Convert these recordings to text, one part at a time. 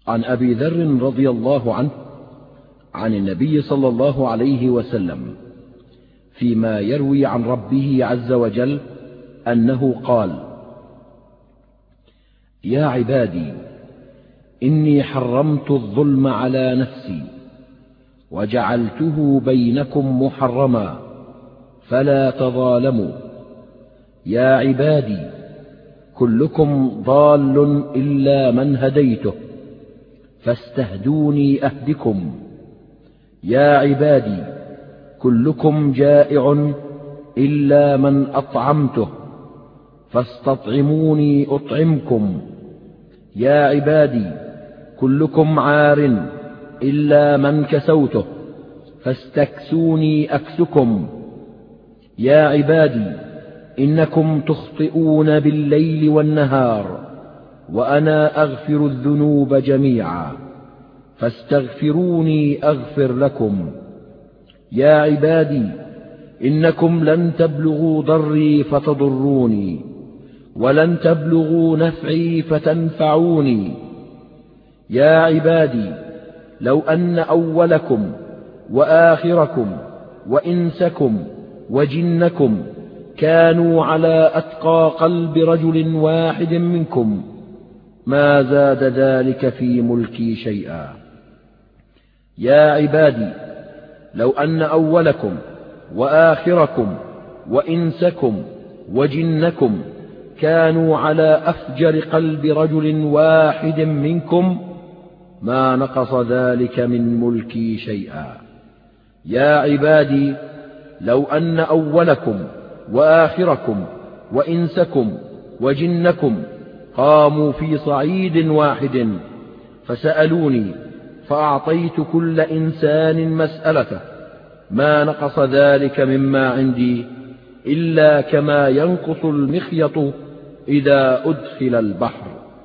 عن أبي ذر رضي الله عنه عن النبي صلى الله عليه وسلم فيما يروي عن ربه عز وجل أنه قال: يا عبادي إني حرمت الظلم على نفسي وجعلته بينكم محرما فلا تظالموا. يا عبادي كلكم ضال إلا من هديته فاستهدوني أهدكم. يا عبادي كلكم جائع إلا من أطعمته فاستطعموني أطعمكم. يا عبادي كلكم عار إلا من كسوته فاستكسوني أكسكم. يا عبادي إنكم تخطئون بالليل والنهار وأنا أغفر الذنوب جميعا فاستغفروني أغفر لكم. يا عبادي إنكم لن تبلغوا ضري فتضروني ولن تبلغوا نفعي فتنفعوني. يا عبادي لو أن أولكم وآخركم وإنسكم وجنكم كانوا على أتقى قلب رجل واحد منكم ما زاد ذلك في ملكي شيئا. يا عبادي لو أن أولكم وآخركم وإنسكم وجنكم كانوا على أفجر قلب رجل واحد منكم ما نقص ذلك من ملكي شيئا. يا عبادي لو أن أولكم وآخركم وإنسكم وجنكم قاموا في صعيد واحد فسألوني فأعطيت كل إنسان مسألته ما نقص ذلك مما عندي إلا كما ينقص المخيط إذا أدخل البحر.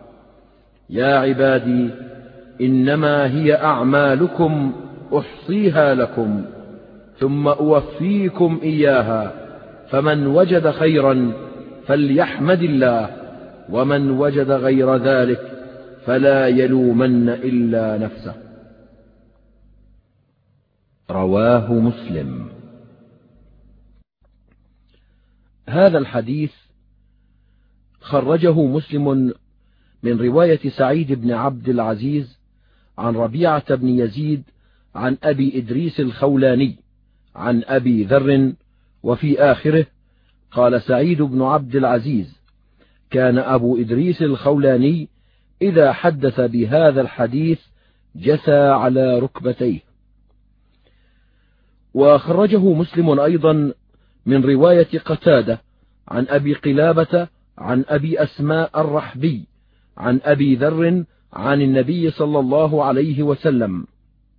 يا عبادي إنما هي أعمالكم أحصيها لكم ثم أوفيكم إياها فمن وجد خيرا فليحمد الله ومن وجد غير ذلك فلا يلومن إلا نفسه. رواه مسلم. هذا الحديث خرجه مسلم من رواية سعيد بن عبد العزيز عن ربيعة بن يزيد عن أبي إدريس الخولاني عن أبي ذر، وفي آخره قال سعيد بن عبد العزيز: كان أبو إدريس الخولاني إذا حدث بهذا الحديث جثى على ركبتيه. وخرجه مسلم أيضا من رواية قتادة عن أبي قلابة عن أبي أسماء الرحبي عن أبي ذر عن النبي صلى الله عليه وسلم،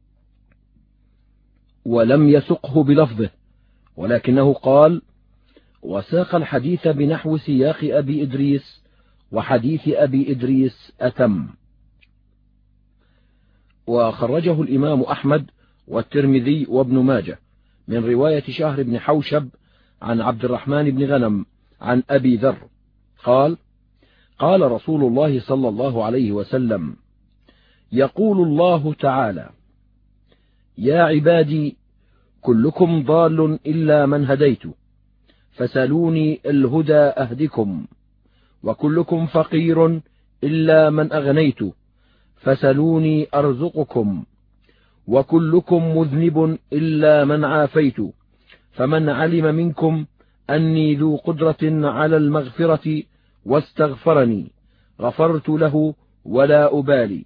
ولم يسقه بلفظه، ولكنه قال: وساق الحديث بنحو سياق أبي إدريس، وحديث أبي إدريس أتم. وخرجه الإمام أحمد والترمذي وابن ماجه من رواية شهر بن حوشب عن عبد الرحمن بن غنم عن أبي ذر قال: قال رسول الله صلى الله عليه وسلم: يقول الله تعالى: يا عبادي كلكم ضال إلا من هديت فسلوني الهدى أهدكم، وكلكم فقير إلا من أغنيت فسلوني أرزقكم، وكلكم مذنب إلا من عافيت فمن علم منكم أني ذو قدرة على المغفرة واستغفرني غفرت له ولا أبالي.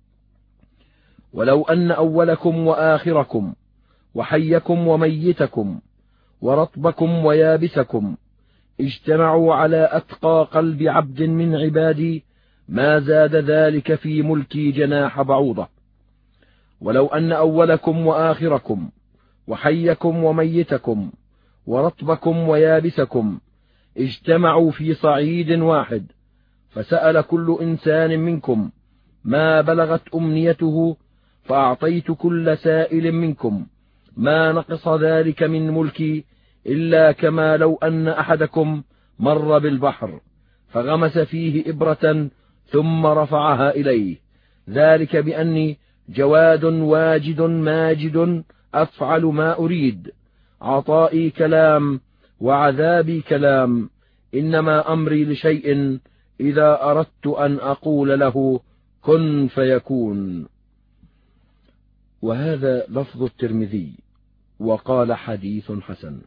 ولو أن أولكم وآخركم وحيكم وميتكم ورطبكم ويابسكم اجتمعوا على أتقى قلب عبد من عبادي ما زاد ذلك في ملكي جناح بعوضة. ولو أن أولكم وآخركم وحيكم وميتكم ورطبكم ويابسكم اجتمعوا في صعيد واحد فسأل كل إنسان منكم ما بلغت أمنيته فأعطيت كل سائل منكم ما نقص ذلك من ملكي إلا كما لو أن أحدكم مر بالبحر فغمس فيه إبرة ثم رفعها إليه ذلك بأني جواد واجد ماجد أفعل ما أريد، عطائي كلام وعذابي كلام، إنما أمري لشيء إذا أردت أن أقول له كن فيكون. وهذا لفظ الترمذي، وقال حديث حسن.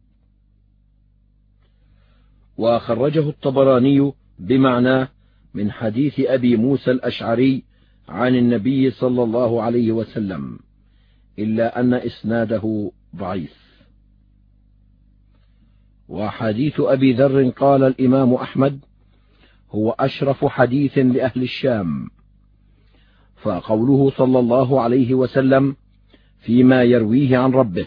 وخرجه الطبراني بمعناه من حديث أبي موسى الأشعري عن النبي صلى الله عليه وسلم، إلا أن إسناده ضعيف. وحديث أبي ذر قال الإمام أحمد هو أشرف حديث لأهل الشام. فقوله صلى الله عليه وسلم فيما يرويه عن ربه: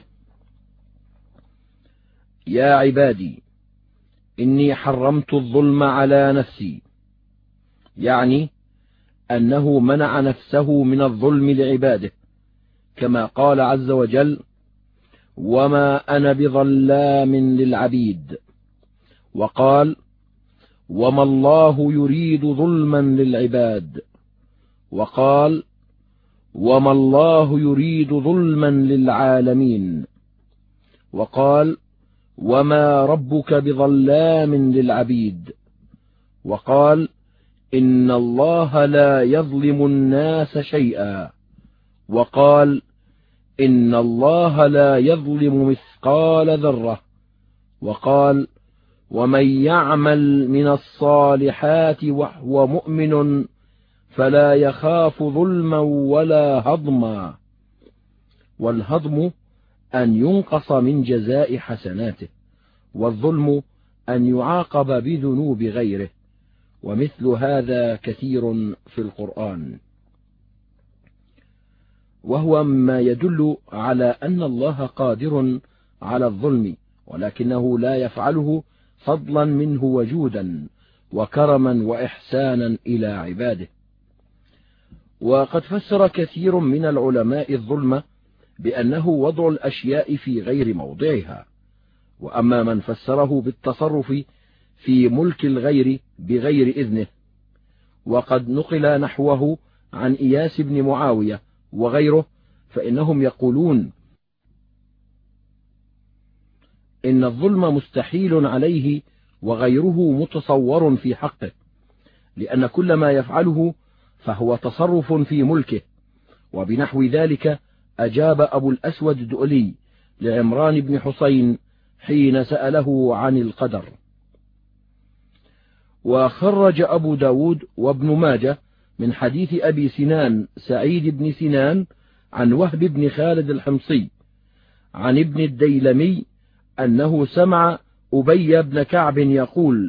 يا عبادي إني حرمت الظلم على نفسي، يعني أنه منع نفسه من الظلم لعباده، كما قال عز وجل: وما أنا بظلام للعبيد، وقال: وما الله يريد ظلما للعباد، وقال: وما الله يريد ظلما للعالمين، وقال: وما ربك بظلام للعبيد، وقال: إن الله لا يظلم الناس شيئا، وقال: إن الله لا يظلم مثقال ذرة، وقال: ومن يعمل من الصالحات وهو مؤمن فلا يخاف ظلما ولا هضما. والهضم أن ينقص من جزاء حسناته، والظلم أن يعاقب بذنوب غيره، ومثل هذا كثير في القرآن. وهو مما يدل على أن الله قادر على الظلم، ولكنه لا يفعله فضلا منه وجودا وكرما وإحسانا إلى عباده. وقد فسر كثير من العلماء الظلم بأنه وضع الأشياء في غير موضعها، وأما من فسره بالتصرف في ملك الغير بغير إذنه، وقد نقل نحوه عن إياس بن معاوية وغيره، فإنهم يقولون إن الظلم مستحيل عليه وغيره متصور في حقه، لأن كل ما يفعله فهو تصرف في ملكه. وبنحو ذلك أجاب أبو الأسود الدؤلي لعمران بن حسين حين سأله عن القدر. وخرج أبو داود وابن ماجه من حديث أبي سنان سعيد بن سنان عن وهب بن خالد الحمصي عن ابن الديلمي أنه سمع أبي بن كعب يقول: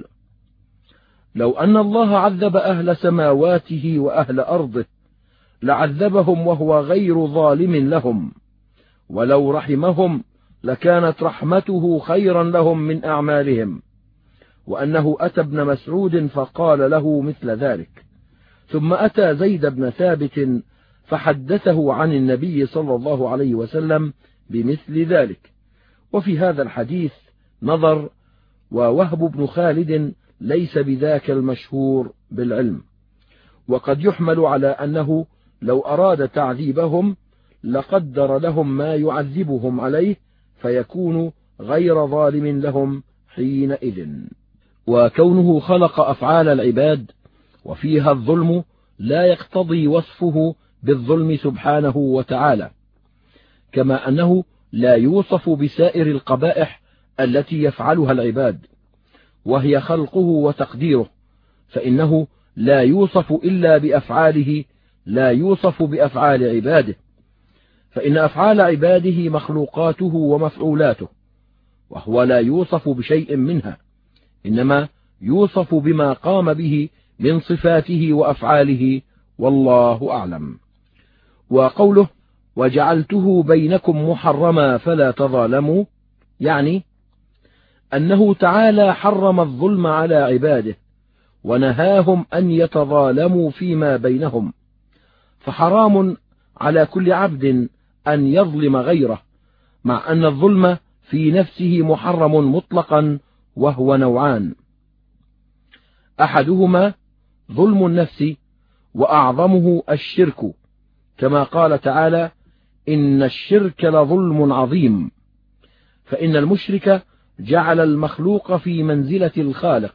لو أن الله عذب أهل سماواته وأهل أرضه لعذبهم وهو غير ظالم لهم، ولو رحمهم لكانت رحمته خيرا لهم من أعمالهم. وأنه أتى ابن مسعود فقال له مثل ذلك، ثم أتى زيد بن ثابت فحدثه عن النبي صلى الله عليه وسلم بمثل ذلك. وفي هذا الحديث نظر، ووهب بن خالد ليس بذاك المشهور بالعلم، وقد يحمل على أنه لو أراد تعذيبهم لقدر لهم ما يعذبهم عليه فيكون غير ظالم لهم حينئذ. وكونه خلق أفعال العباد وفيها الظلم لا يقتضي وصفه بالظلم سبحانه وتعالى، كما أنه لا يوصف بسائر القبائح التي يفعلها العباد وهي خلقه وتقديره، فإنه لا يوصف إلا بأفعاله، لا يوصف بأفعال عباده، فإن أفعال عباده مخلوقاته ومفعولاته، وهو لا يوصف بشيء منها، إنما يوصف بما قام به من صفاته وأفعاله، والله أعلم. وقوله: وجعلته بينكم محرما فلا تظالموا، يعني أنه تعالى حرم الظلم على عباده ونهاهم أن يتظالموا فيما بينهم، فحرام على كل عبد أن يظلم غيره، مع أن الظلم في نفسه محرم مطلقا، وهو نوعان: أحدهما ظلم النفس، وأعظمه الشرك، كما قال تعالى: إن الشرك لظلم عظيم. فإن المشرك جعل المخلوق في منزلة الخالق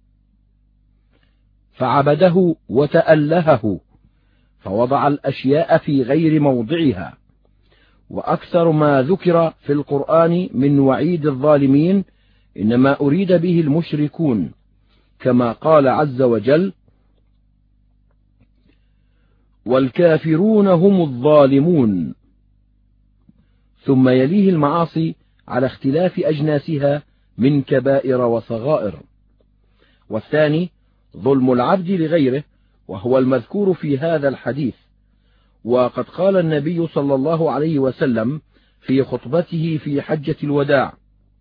فعبده وتألهه، فوضع الأشياء في غير موضعها. وأكثر ما ذكر في القرآن من وعيد الظالمين إنما أريد به المشركون، كما قال عز وجل: والكافرون هم الظالمون. ثم يليه المعاصي على اختلاف أجناسها من كبائر وصغائر. والثاني ظلم العبد لغيره، وهو المذكور في هذا الحديث. وقد قال النبي صلى الله عليه وسلم في خطبته في حجة الوداع: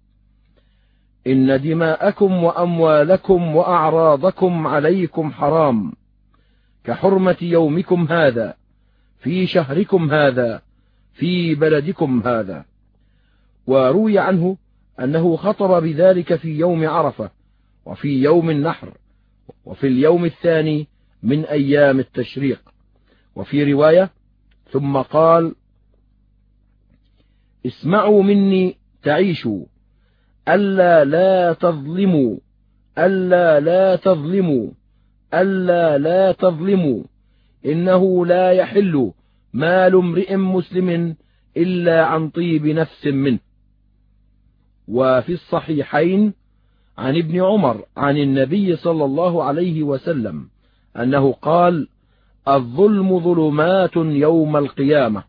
إن دماءكم وأموالكم وأعراضكم عليكم حرام كحرمة يومكم هذا في شهركم هذا في بلدكم هذا. وروي عنه أنه خطب بذلك في يوم عرفة، وفي يوم النحر، وفي اليوم الثاني من أيام التشريق. وفي رواية: ثم قال: اسمعوا مني تعيشوا، ألا لا تظلموا، ألا لا تظلموا، ألا لا تظلموا، إنه لا يحل مال امرئ مسلم إلا عن طيب نفس منه. وفي الصحيحين عن ابن عمر عن النبي صلى الله عليه وسلم أنه قال: الظلم ظلمات يوم القيامة.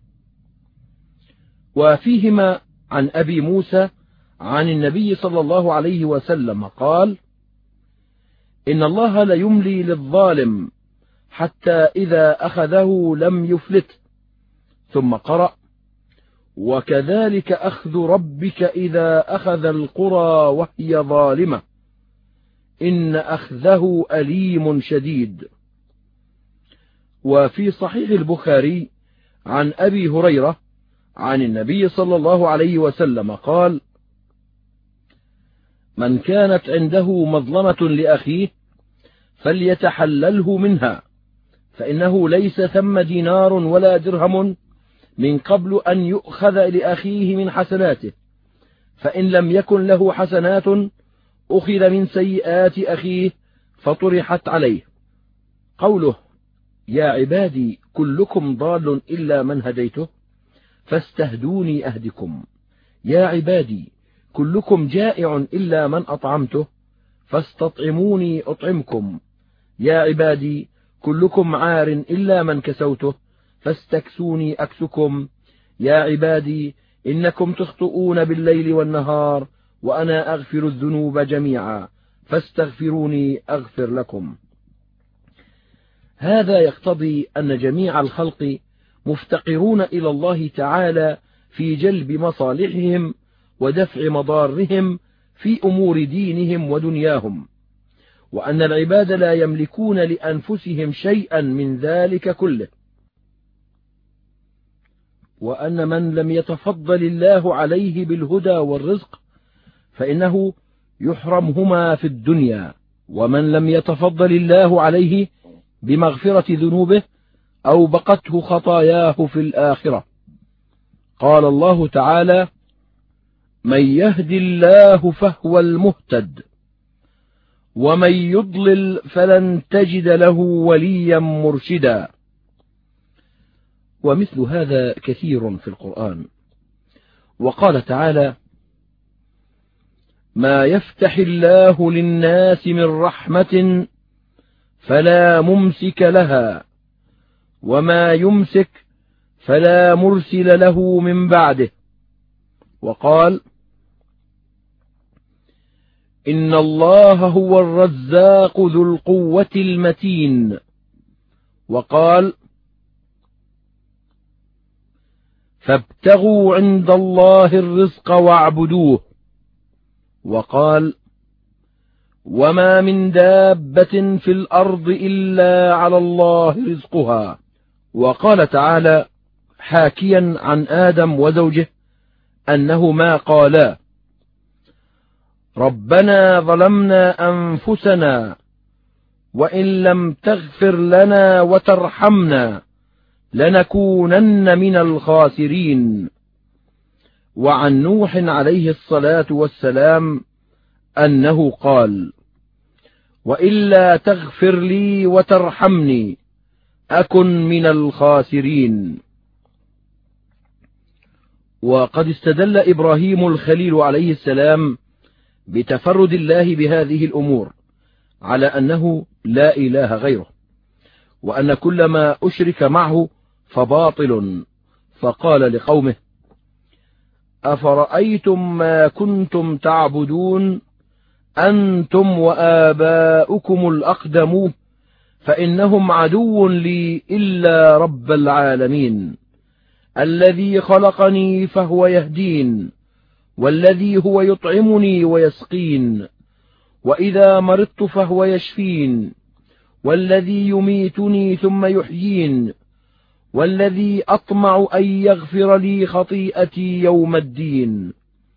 وفيهما عن أبي موسى عن النبي صلى الله عليه وسلم قال: إن الله ليملي للظالم حتى إذا أخذه لم يفلت. ثم قرأ: وكذلك أخذ ربك إذا أخذ القرى وهي ظالمة إن أخذه أليم شديد. وفي صحيح البخاري عن أبي هريرة عن النبي صلى الله عليه وسلم قال: من كانت عنده مظلمة لأخيه فليتحلله منها، فإنه ليس ثم دينار ولا درهم من قبل أن يؤخذ لأخيه من حسناته، فإن لم يكن له حسنات أخذ من سيئات أخيه فطرحت عليه. قوله: يا عبادي كلكم ضال إلا من هديته فاستهدوني أهدكم. يا عبادي كلكم جائع إلا من أطعمته فاستطعموني أطعمكم. يا عبادي كلكم عار إلا من كسوته فاستكسوني أكسكم. يا عبادي إنكم تخطئون بالليل والنهار وأنا أغفر الذنوب جميعا فاستغفروني أغفر لكم. هذا يقتضي أن جميع الخلق مفتقرون إلى الله تعالى في جلب مصالحهم ودفع مضارهم في أمور دينهم ودنياهم، وأن العباد لا يملكون لأنفسهم شيئا من ذلك كله، وأن من لم يتفضل الله عليه بالهدى والرزق فإنه يحرمهما في الدنيا، ومن لم يتفضل الله عليه بمغفرة ذنوبه أوبقته خطاياه في الآخرة. قال الله تعالى: من يهد الله فهو المهتد ومن يضلل فلن تجد له وليا مرشدا. ومثل هذا كثير في القرآن. وقال تعالى: ما يفتح الله للناس من رحمة فلا ممسك لها وما يمسك فلا مرسل له من بعده. وقال: إن الله هو الرزاق ذو القوة المتين. وقال: فابتغوا عند الله الرزق واعبدوه. وقال: وما من دابة في الأرض إلا على الله رزقها. وقال تعالى حاكيا عن آدم وزوجه أنهما قالا: ربنا ظلمنا أنفسنا وإن لم تغفر لنا وترحمنا لنكونن من الخاسرين. وعن نوح عليه الصلاة والسلام أنه قال: وإلا تغفر لي وترحمني أكن من الخاسرين. وقد استدل إبراهيم الخليل عليه السلام بتفرد الله بهذه الأمور على أنه لا إله غيره، وأن كل ما أشرك معه فباطل، فقال لقومه: أفرأيتم ما كنتم تعبدون أنتم وآباؤكم الأقدمون فإنهم عدو لي إلا رب العالمين، الذي خلقني فهو يهدين، والذي هو يطعمني ويسقين، وإذا مرضت فهو يشفين، والذي يميتني ثم يحيين، والذي أطمع أن يغفر لي خطيئتي يوم الدين.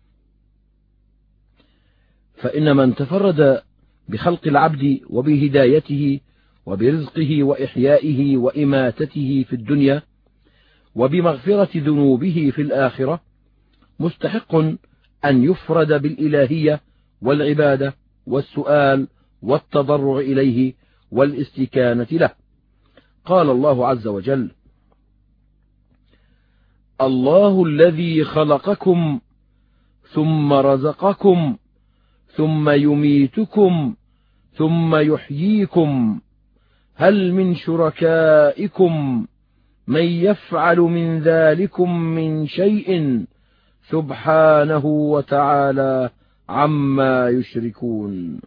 فإن من تفرد بخلق العبد وبهدايته وبرزقه وإحيائه وإماتته في الدنيا وبمغفرة ذنوبه في الآخرة مستحق أن يفرد بالإلهية والعبادة والسؤال والتضرع إليه والاستكانة له. قال الله عز وجل: الله الذي خلقكم ثم رزقكم ثم يميتكم ثم يحييكم هل من شركائكم من يفعل من ذلكم من شيء سبحانه وتعالى عما يشركون.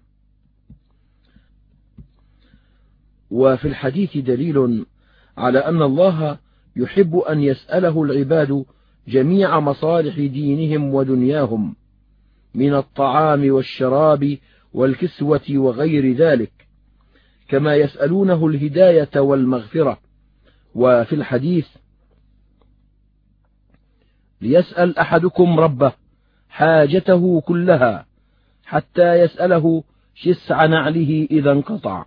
وفي الحديث دليل على أن الله يحب أن يسأله العباد جميع مصالح دينهم ودنياهم من الطعام والشراب والكسوة وغير ذلك، كما يسألونه الهداية والمغفرة. وفي الحديث: ليسأل أحدكم ربه حاجته كلها حتى يسأله شسع نعله إذا انقطع.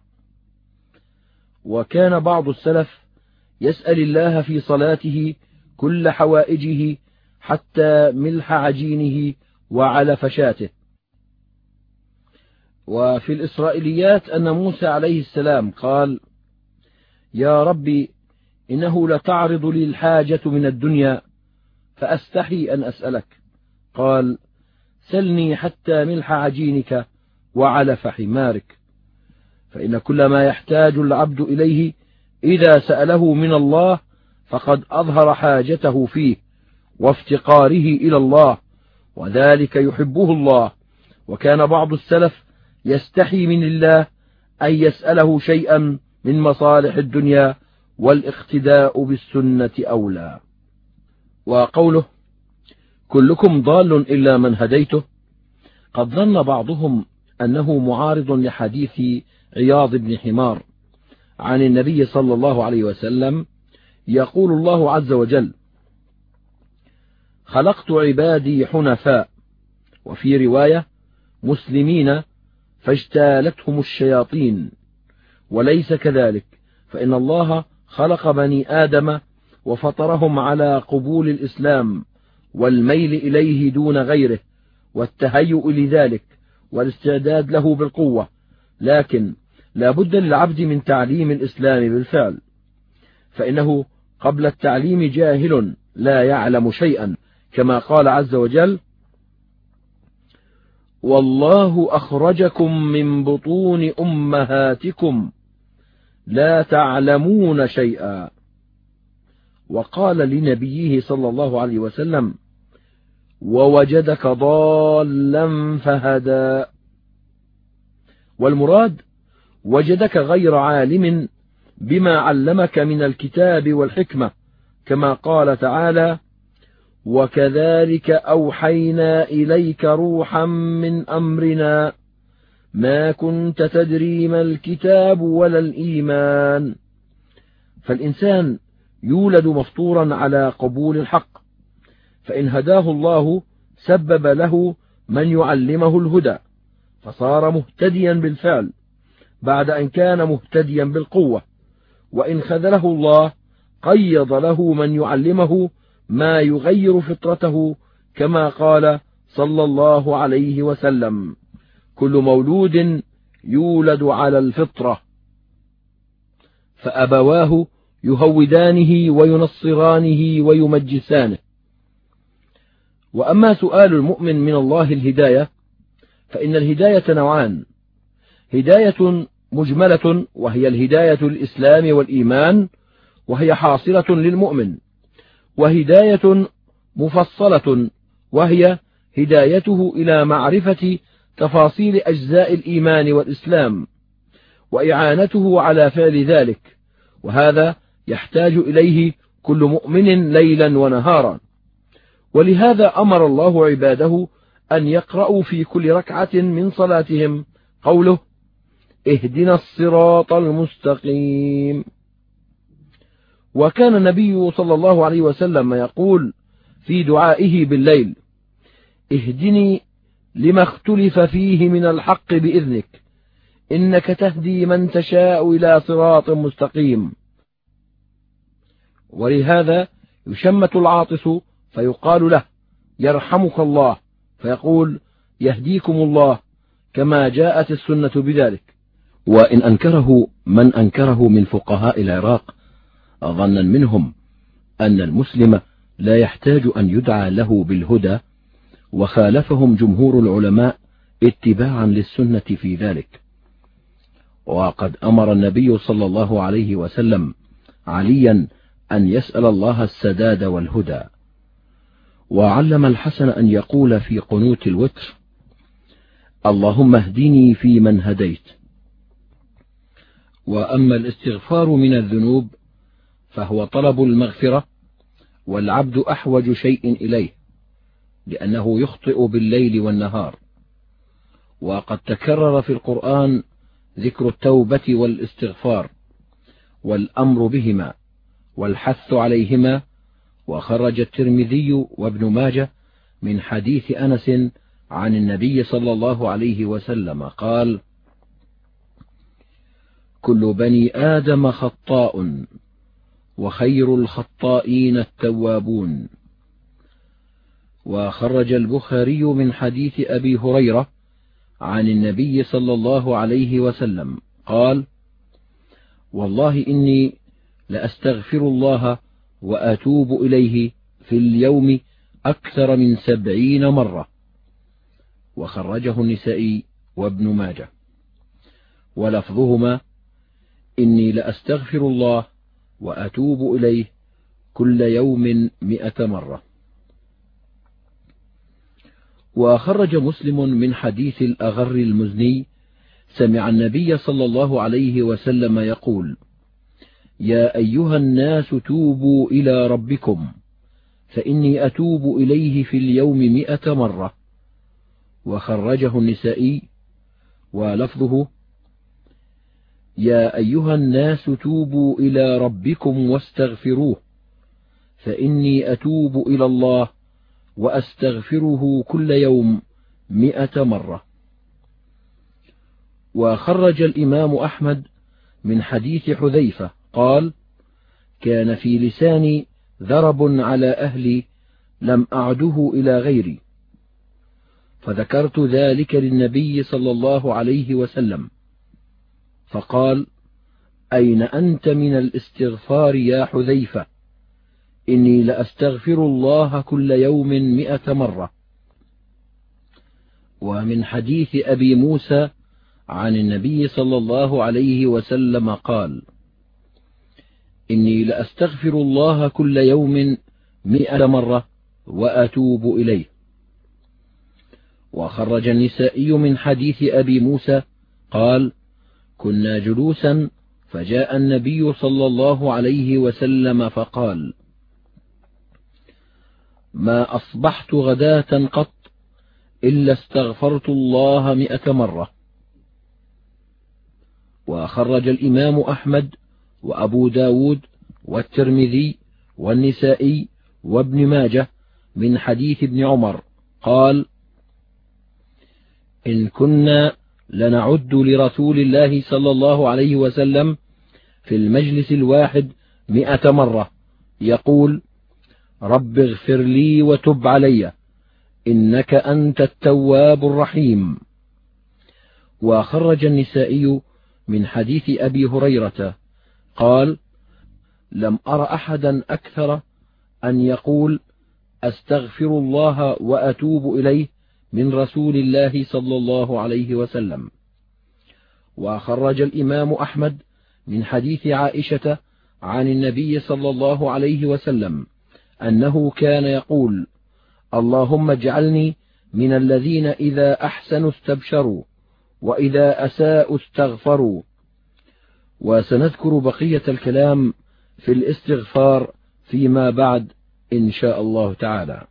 وكان بعض السلف يسأل الله في صلاته كل حوائجه حتى ملح عجينه وعلف شاته. وفي الإسرائيليات أن موسى عليه السلام قال: يا ربي إنه لتعرض لي الحاجة من الدنيا فأستحي أن أسألك. قال: سلني حتى ملح عجينك وعلف حمارك. فإن كل ما يحتاج العبد إليه إذا سأله من الله فقد أظهر حاجته فيه وافتقاره إلى الله، وذلك يحبه الله. وكان بعض السلف يستحي من الله أن يسأله شيئا من مصالح الدنيا، والاقتداء بالسنة أولى. وقوله: كلكم ضال إلا من هديته، قد ظن بعضهم أنه معارض لحديث عياض بن حمار عن النبي صلى الله عليه وسلم. يقول الله عز وجل: خلقت عبادي حنفاء، وفي رواية مسلمين فاجتالتهم الشياطين. وليس كذلك، فإن الله خلق بني آدم وفطرهم على قبول الإسلام والميل إليه دون غيره والتهيؤ لذلك والاستعداد له بالقوة، لكن لا بد للعبد من تعليم الإسلام بالفعل، فإنه قبل التعليم جاهل لا يعلم شيئا، كما قال عز وجل: والله أخرجكم من بطون أمهاتكم لا تعلمون شيئا. وقال لنبيه صلى الله عليه وسلم: ووجدك ضالا فهدى. والمراد وجدك غير عالم بما علمك من الكتاب والحكمة، كما قال تعالى: وكذلك أوحينا إليك روحا من أمرنا ما كنت تدري ما الكتاب ولا الإيمان. فالإنسان يولد مفطورا على قبول الحق، فإن هداه الله سبب له من يعلمه الهدى فصار مهتديا بالفعل، بعد أن كان مهتديا بالقوة، وإن خذله الله قيض له من يعلمه ما يغير فطرته، كما قال صلى الله عليه وسلم: كل مولود يولد على الفطرة، فأبواه يهودانه وينصرانه ويمجسانه. وأما سؤال المؤمن من الله الهداية، فإن الهداية نوعان: هداية مجملة وهي الهداية الإسلام والإيمان وهي حاصلة للمؤمن، وهداية مفصلة وهي هدايته إلى معرفة تفاصيل أجزاء الإيمان والإسلام وإعانته على فعل ذلك، وهذا يحتاج إليه كل مؤمن ليلا ونهارا. ولهذا أمر الله عباده أن يقرأوا في كل ركعة من صلاتهم قوله: اهدنا الصراط المستقيم. وكان النبي صلى الله عليه وسلم يقول في دعائه بالليل: اهدني لما اختلف فيه من الحق بإذنك، إنك تهدي من تشاء إلى صراط مستقيم. ولهذا يشمت العاطس فيقال له: يرحمك الله، فيقول: يهديكم الله، كما جاءت السنة بذلك. وإن أنكره من أنكره من فقهاء العراق ظنا منهم أن المسلم لا يحتاج أن يدعى له بالهدى، وخالفهم جمهور العلماء اتباعا للسنة في ذلك. وقد أمر النبي صلى الله عليه وسلم عليا أن يسأل الله السداد والهدى، وعلم الحسن أن يقول في قنوت الوتر: اللهم اهدني فيمن هديت. وأما الاستغفار من الذنوب فهو طلب المغفرة، والعبد أحوج شيء إليه، لأنه يخطئ بالليل والنهار. وقد تكرر في القرآن ذكر التوبة والاستغفار والأمر بهما والحث عليهما. وخرج الترمذي وابن ماجه من حديث أنس عن النبي صلى الله عليه وسلم قال: كل بني آدم خطاء، وخير الخطائين التوابون. وخرج البخاري من حديث أبي هريرة عن النبي صلى الله عليه وسلم قال: والله إني لأستغفر الله وأتوب إليه في اليوم أكثر من 70 مرة. وخرجه النسائي وابن ماجه، ولفظهما: إني لأستغفر الله وأتوب إليه كل يوم 100 مرة. وخرج مسلم من حديث الأغر المزني سمع النبي صلى الله عليه وسلم يقول: يا أيها الناس توبوا إلى ربكم، فإني أتوب إليه في اليوم 100 مرة. وخرجه النسائي، ولفظه: يا أيها الناس توبوا إلى ربكم واستغفروه، فإني أتوب إلى الله وأستغفره كل يوم 100 مرة. وخرج الإمام أحمد من حديث حذيفة قال: كان في لساني ذرب على أهلي لم أعده إلى غيري، فذكرت ذلك للنبي صلى الله عليه وسلم، فقال: أين أنت من الاستغفار يا حذيفة؟ إني لأستغفر الله كل يوم 100 مرة. ومن حديث أبي موسى عن النبي صلى الله عليه وسلم قال: إني لأستغفر الله كل يوم 100 مرة وأتوب إليه. وخرج النسائي من حديث أبي موسى قال: كنا جلوسا فجاء النبي صلى الله عليه وسلم فقال: ما أصبحت غداة قط إلا استغفرت الله 100 مرة. وخرج الإمام أحمد وأبو داود والترمذي والنسائي وابن ماجه من حديث ابن عمر قال: إن كنا لنعد لرسول الله صلى الله عليه وسلم في المجلس الواحد 100 مرة يقول: رب اغفر لي وتب علي إنك أنت التواب الرحيم. وخرج النسائي من حديث أبي هريرة قال: لم أر أحدا أكثر أن يقول أستغفر الله وأتوب إليه من رسول الله صلى الله عليه وسلم. وخرج الإمام أحمد من حديث عائشة عن النبي صلى الله عليه وسلم أنه كان يقول: اللهم اجعلني من الذين إذا أحسنوا استبشروا وإذا أساءوا استغفروا. وسنذكر بقية الكلام في الاستغفار فيما بعد إن شاء الله تعالى.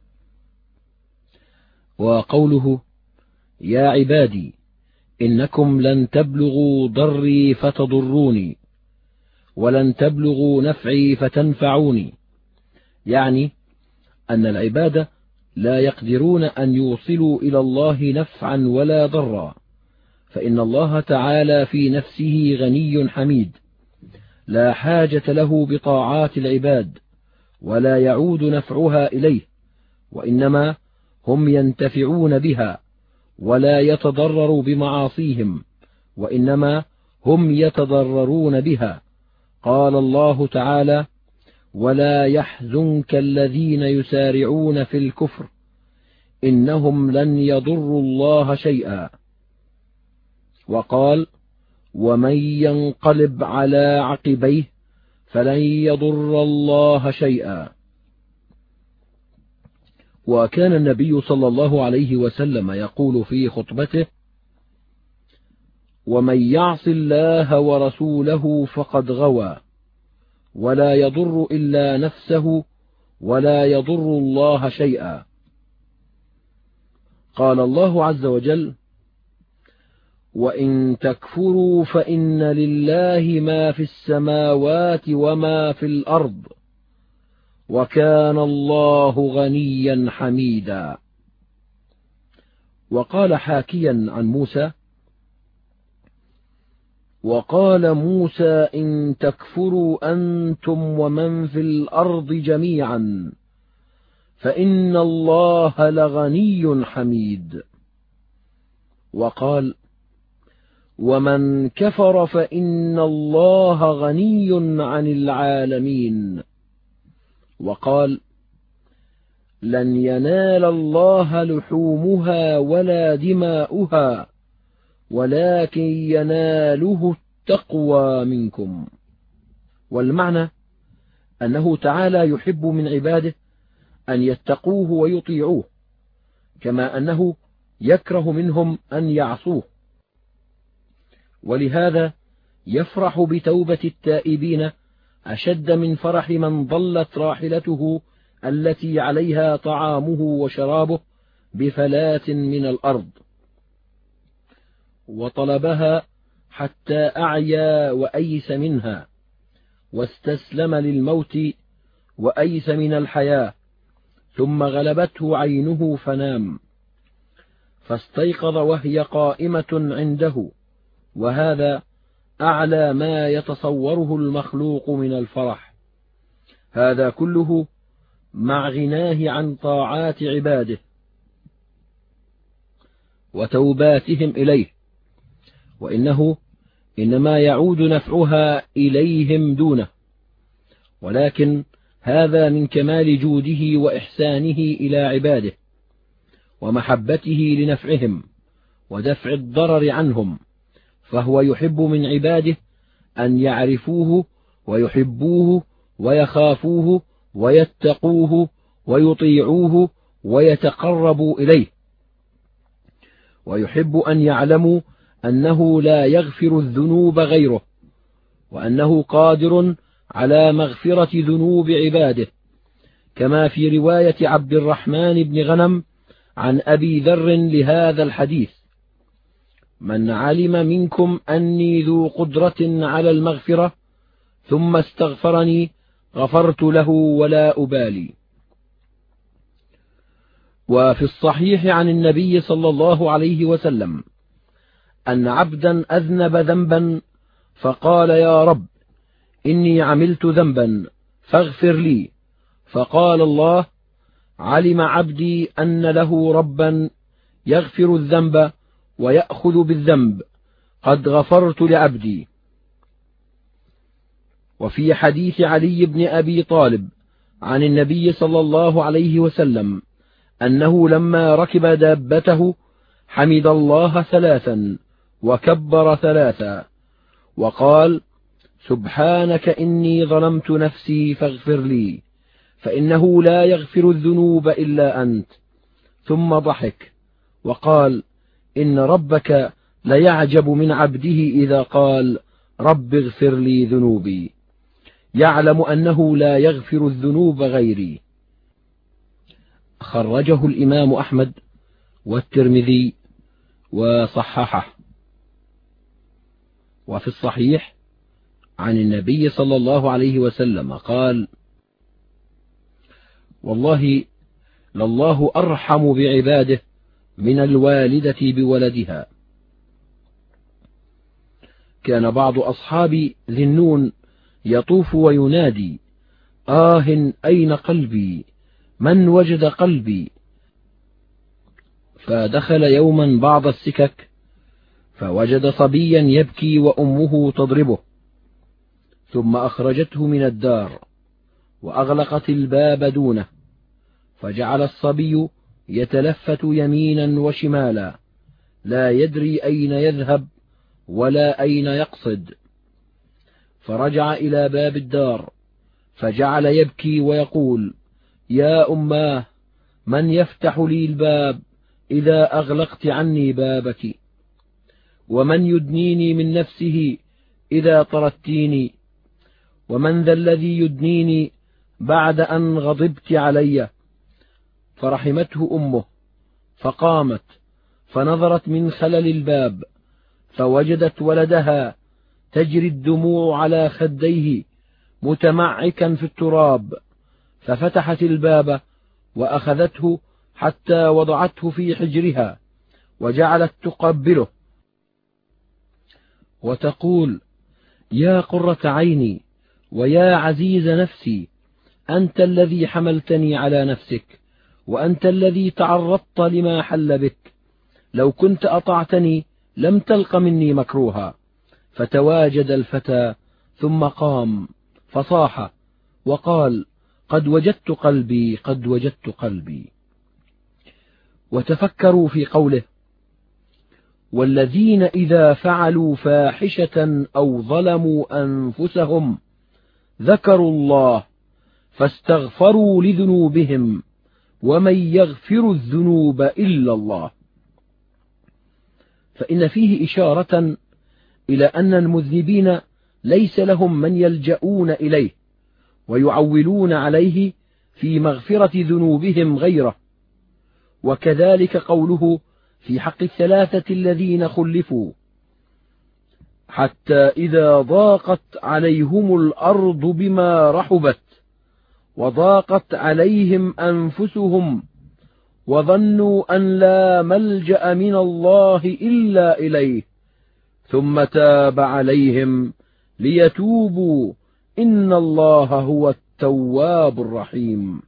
وقوله: يا عبادي إنكم لن تبلغوا ضري فتضروني ولن تبلغوا نفعي فتنفعوني، يعني أن العباد لا يقدرون أن يوصلوا إلى الله نفعا ولا ضرا، فإن الله تعالى في نفسه غني حميد لا حاجة له بطاعات العباد ولا يعود نفعها إليه، وإنما هم ينتفعون بها ولا يتضرروا بمعاصيهم، وإنما هم يتضررون بها. قال الله تعالى: ولا يحزنك الذين يسارعون في الكفر إنهم لن يضروا الله شيئا. وقال: ومن ينقلب على عقبيه فلن يضر الله شيئا. وكان النبي صلى الله عليه وسلم يقول في خطبته: ومن يعص الله ورسوله فقد غوى ولا يضر إلا نفسه ولا يضر الله شيئا. قال الله عز وجل: وإن تكفروا فإن لله ما في السماوات وما في الأرض وكان الله غنيا حميدا. وقال حاكيا عن موسى: وقال موسى إن تكفروا أنتم ومن في الأرض جميعا فإن الله لغني حميد. وقال: ومن كفر فإن الله غني عن العالمين. وقال: لن ينال الله لحومها ولا دماؤها ولكن يناله التقوى منكم. والمعنى أنه تعالى يحب من عباده أن يتقوه ويطيعوه، كما أنه يكره منهم أن يعصوه، ولهذا يفرح بتوبة التائبين أشد من فرح من ضلت راحلته التي عليها طعامه وشرابه بفلاة من الأرض وطلبها حتى أعيا وأيس منها واستسلم للموت وأيس من الحياة، ثم غلبته عينه فنام فاستيقظ وهي قائمة عنده، وهذا أعلى ما يتصوره المخلوق من الفرح. هذا كله مع غناه عن طاعات عباده وتوباتهم إليه، وإنه إنما يعود نفعها إليهم دونه، ولكن هذا من كمال جوده وإحسانه إلى عباده ومحبته لنفعهم ودفع الضرر عنهم، فهو يحب من عباده أن يعرفوه ويحبوه ويخافوه ويتقوه ويطيعوه ويتقربوا إليه، ويحب أن يعلموا أنه لا يغفر الذنوب غيره، وأنه قادر على مغفرة ذنوب عباده، كما في رواية عبد الرحمن بن غنم عن أبي ذر لهذا الحديث: من علم منكم أني ذو قدرة على المغفرة ثم استغفرني غفرت له ولا أبالي. وفي الصحيح عن النبي صلى الله عليه وسلم أن عبدا أذنب ذنبا فقال يا رب إني عملت ذنبا فاغفر لي، فقال الله علم عبدي أن له ربا يغفر الذنب ويأخذ بالذنب، قد غفرت لعبدي. وفي حديث علي بن أبي طالب عن النبي صلى الله عليه وسلم أنه لما ركب دابته حمد الله ثلاثا وكبر ثلاثا وقال سبحانك إني ظلمت نفسي فاغفر لي فإنه لا يغفر الذنوب إلا أنت، ثم ضحك وقال إن ربك ليعجب من عبده إذا قال رب اغفر لي ذنوبي، يعلم أنه لا يغفر الذنوب غيري. خرجه الإمام أحمد والترمذي وصححه. وفي الصحيح عن النبي صلى الله عليه وسلم قال والله لله أرحم بعباده من الوالدة بولدها. كان بعض أصحاب ذي النون يطوف وينادي أين قلبي من وجد قلبي، فدخل يوما بعض السكك فوجد صبيا يبكي وأمه تضربه، ثم أخرجته من الدار وأغلقت الباب دونه، فجعل الصبي يتلفت يمينا وشمالا لا يدري أين يذهب ولا أين يقصد، فرجع إلى باب الدار فجعل يبكي ويقول يا أماه من يفتح لي الباب إذا أغلقت عني بابك، ومن يدنيني من نفسه إذا طردتيني، ومن ذا الذي يدنيني بعد أن غضبت علي. فرحمته أمه فقامت فنظرت من خلل الباب فوجدت ولدها تجري الدموع على خديه متمعكا في التراب، ففتحت الباب وأخذته حتى وضعته في حجرها وجعلت تقبله وتقول يا قرة عيني ويا عزيز نفسي، أنت الذي حملتني على نفسك، وأنت الذي تعرضت لما حل بك، لو كنت أطعتني لم تلق مني مكروها. فتواجد الفتى ثم قام فصاح وقال قد وجدت قلبي قد وجدت قلبي. وتفكروا في قوله والذين إذا فعلوا فاحشة أو ظلموا أنفسهم ذكروا الله فاستغفروا لذنوبهم ومن يغفر الذنوب إلا الله. فإن فيه إشارة إلى أن المذنبين ليس لهم من يلجؤون إليه ويعولون عليه في مغفرة ذنوبهم غيره. وكذلك قوله في حق الثلاثة الذين خلفوا حتى إذا ضاقت عليهم الأرض بما رحبت وضاقت عليهم أنفسهم وظنوا أن لا ملجأ من الله إلا إليه ثم تاب عليهم ليتوبوا إن الله هو التواب الرحيم.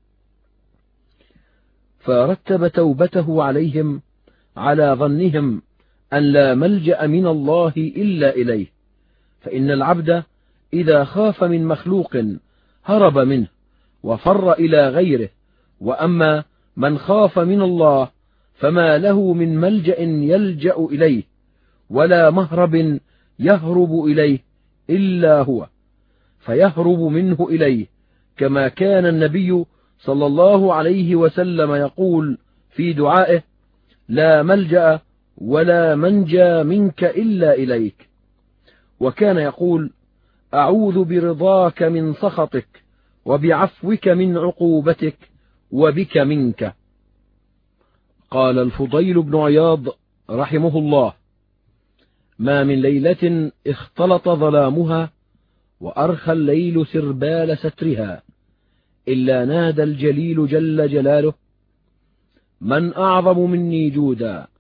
فرتب توبته عليهم على ظنهم أن لا ملجأ من الله إلا إليه، فإن العبد إذا خاف من مخلوق هرب منه وفر إلى غيره، وأما من خاف من الله فما له من ملجأ يلجأ إليه ولا مهرب يهرب إليه إلا هو، فيهرب منه إليه، كما كان النبي صلى الله عليه وسلم يقول في دعائه لا ملجأ ولا منجى منك إلا إليك. وكان يقول أعوذ برضاك من سخطك وبعفوك من عقوبتك وبك منك. قال الفضيل بن عياض رحمه الله ما من ليلة اختلط ظلامها وأرخى الليل سربال سترها إلا نادى الجليل جل جلاله من أعظم مني جودا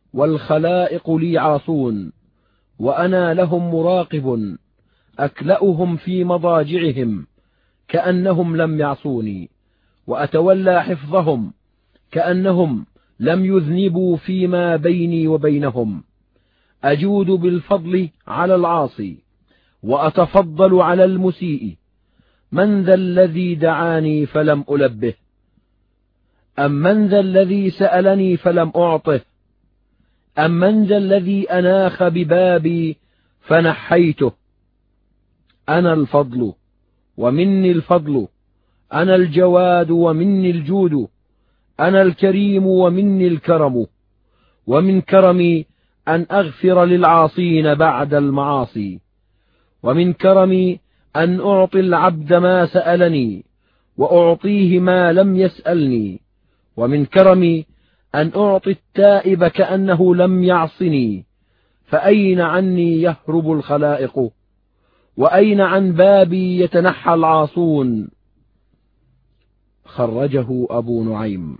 والخلائق لي عاصون، وأنا لهم مراقب أكلأهم في مضاجعهم كأنهم لم يعصوني، وأتولى حفظهم كأنهم لم يذنبوا فيما بيني وبينهم. أجود بالفضل على العاصي وأتفضل على المسيء. من ذا الذي دعاني فلم ألبه؟ أم من ذا الذي سألني فلم أعطه؟ أم من ذا الذي أناخ ببابي فنحيته؟ أنا الفضل ومني الفضل، أنا الجواد ومني الجود، أنا الكريم ومني الكرم، ومن كرمي أن أغفر للعاصين بعد المعاصي، ومن كرمي أن أعطي العبد ما سألني وأعطيه ما لم يسألني، ومن كرمي أن أعطي التائب كأنه لم يعصني. فأين عني يهرب الخلائق؟ وأين عن بابي يتنحى العاصون؟ خرجه أبو نعيم.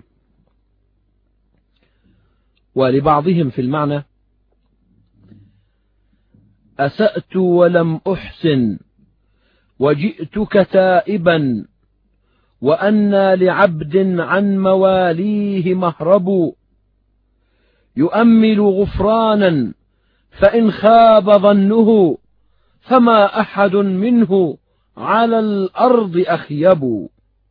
ولبعضهم في المعنى: أسأت ولم أحسن وجئتك تائبا، وأنى لعبد عن مواليه مهرب، يؤمل غفرانا فإن خاب ظنه، فما أحد منه على الأرض أخيب.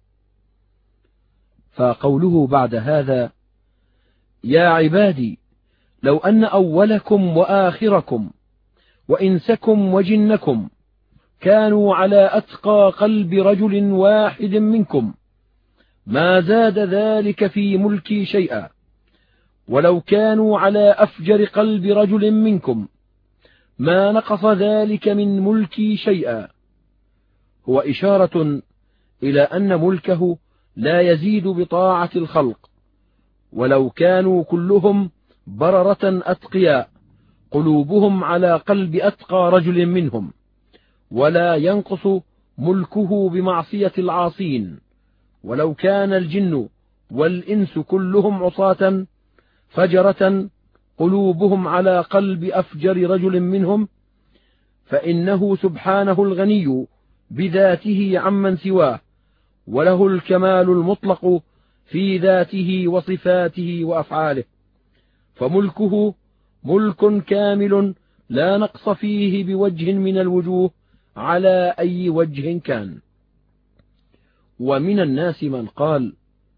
فقوله بعد هذا: يا عبادي لو أن أولكم وآخركم وإنسكم وجنكم كانوا على أتقى قلب رجل واحد منكم ما زاد ذلك في ملكي شيئا، ولو كانوا على أفجر قلب رجل منكم ما نقص ذلك من ملكي شيئا. هو إشارة إلى أن ملكه لا يزيد بطاعة الخلق، ولو كانوا كلهم بررة أتقياء قلوبهم على قلب أتقى رجل منهم، ولا ينقص ملكه بمعصية العاصين. ولو كان الجن والإنس كلهم عصاة فجرة قلوبهم على قلب أفجر رجل منهم، فإنه سبحانه الغني بذاته عمن سواه، وله الكمال المطلق في ذاته وصفاته وأفعاله، فملكه ملك كامل لا نقص فيه بوجه من الوجوه على أي وجه كان. ومن الناس من قال